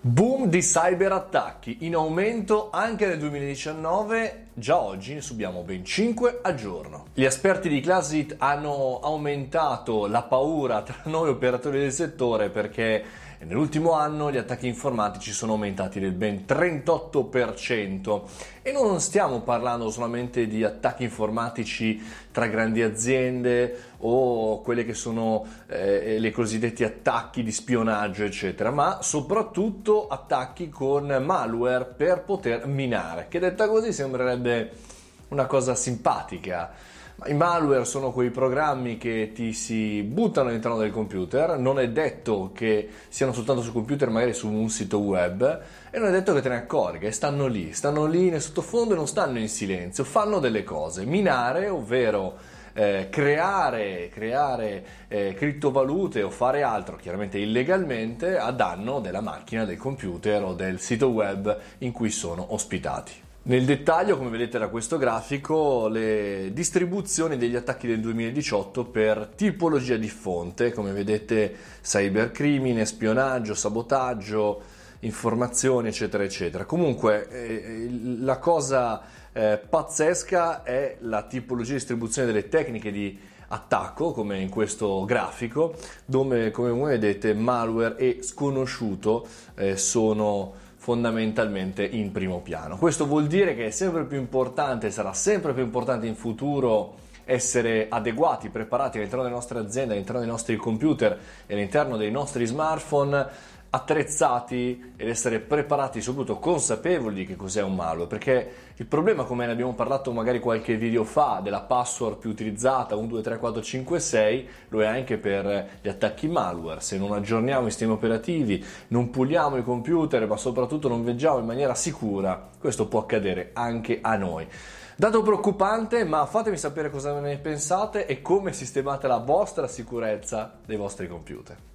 Boom di cyberattacchi, in aumento anche nel 2019, già oggi ne subiamo ben 5 al giorno. Gli esperti di Clasit hanno aumentato la paura tra noi operatori del settore perché nell'ultimo anno gli attacchi informatici sono aumentati del ben 38% e non stiamo parlando solamente di attacchi informatici tra grandi aziende o quelle che sono le cosiddetti attacchi di spionaggio eccetera, ma soprattutto attacchi con malware per poter minare, che detta così sembrerebbe una cosa simpatica. I malware sono quei programmi che ti si buttano all'interno del computer, non è detto che siano soltanto sul computer, magari su un sito web, e non è detto che te ne accorga, e stanno lì nel sottofondo e non stanno in silenzio, fanno delle cose. Minare, ovvero creare criptovalute o fare altro, chiaramente illegalmente, a danno della macchina, del computer o del sito web in cui sono ospitati. Nel dettaglio, come vedete da questo grafico, le distribuzioni degli attacchi del 2018 per tipologia di fonte, come vedete cybercrimine, spionaggio, sabotaggio, informazioni eccetera eccetera. Comunque la cosa pazzesca è la tipologia di distribuzione delle tecniche di attacco, come in questo grafico, dove come voi vedete malware e sconosciuto sono fondamentalmente in primo piano. Questo vuol dire che è sempre più importante, sarà sempre più importante in futuro essere adeguati, preparati all'interno delle nostre aziende, all'interno dei nostri computer e all'interno dei nostri smartphone, attrezzati ed essere preparati, soprattutto consapevoli di che cos'è un malware, perché il problema, come ne abbiamo parlato magari qualche video fa, della password più utilizzata 1, 2, 3, 4, 5, 6, lo è anche per gli attacchi malware. Se non aggiorniamo i sistemi operativi, non puliamo i computer, ma soprattutto non veggiamo in maniera sicura, questo può accadere anche a noi. Dato preoccupante, ma fatemi sapere cosa ne pensate e come sistemate la vostra sicurezza dei vostri computer.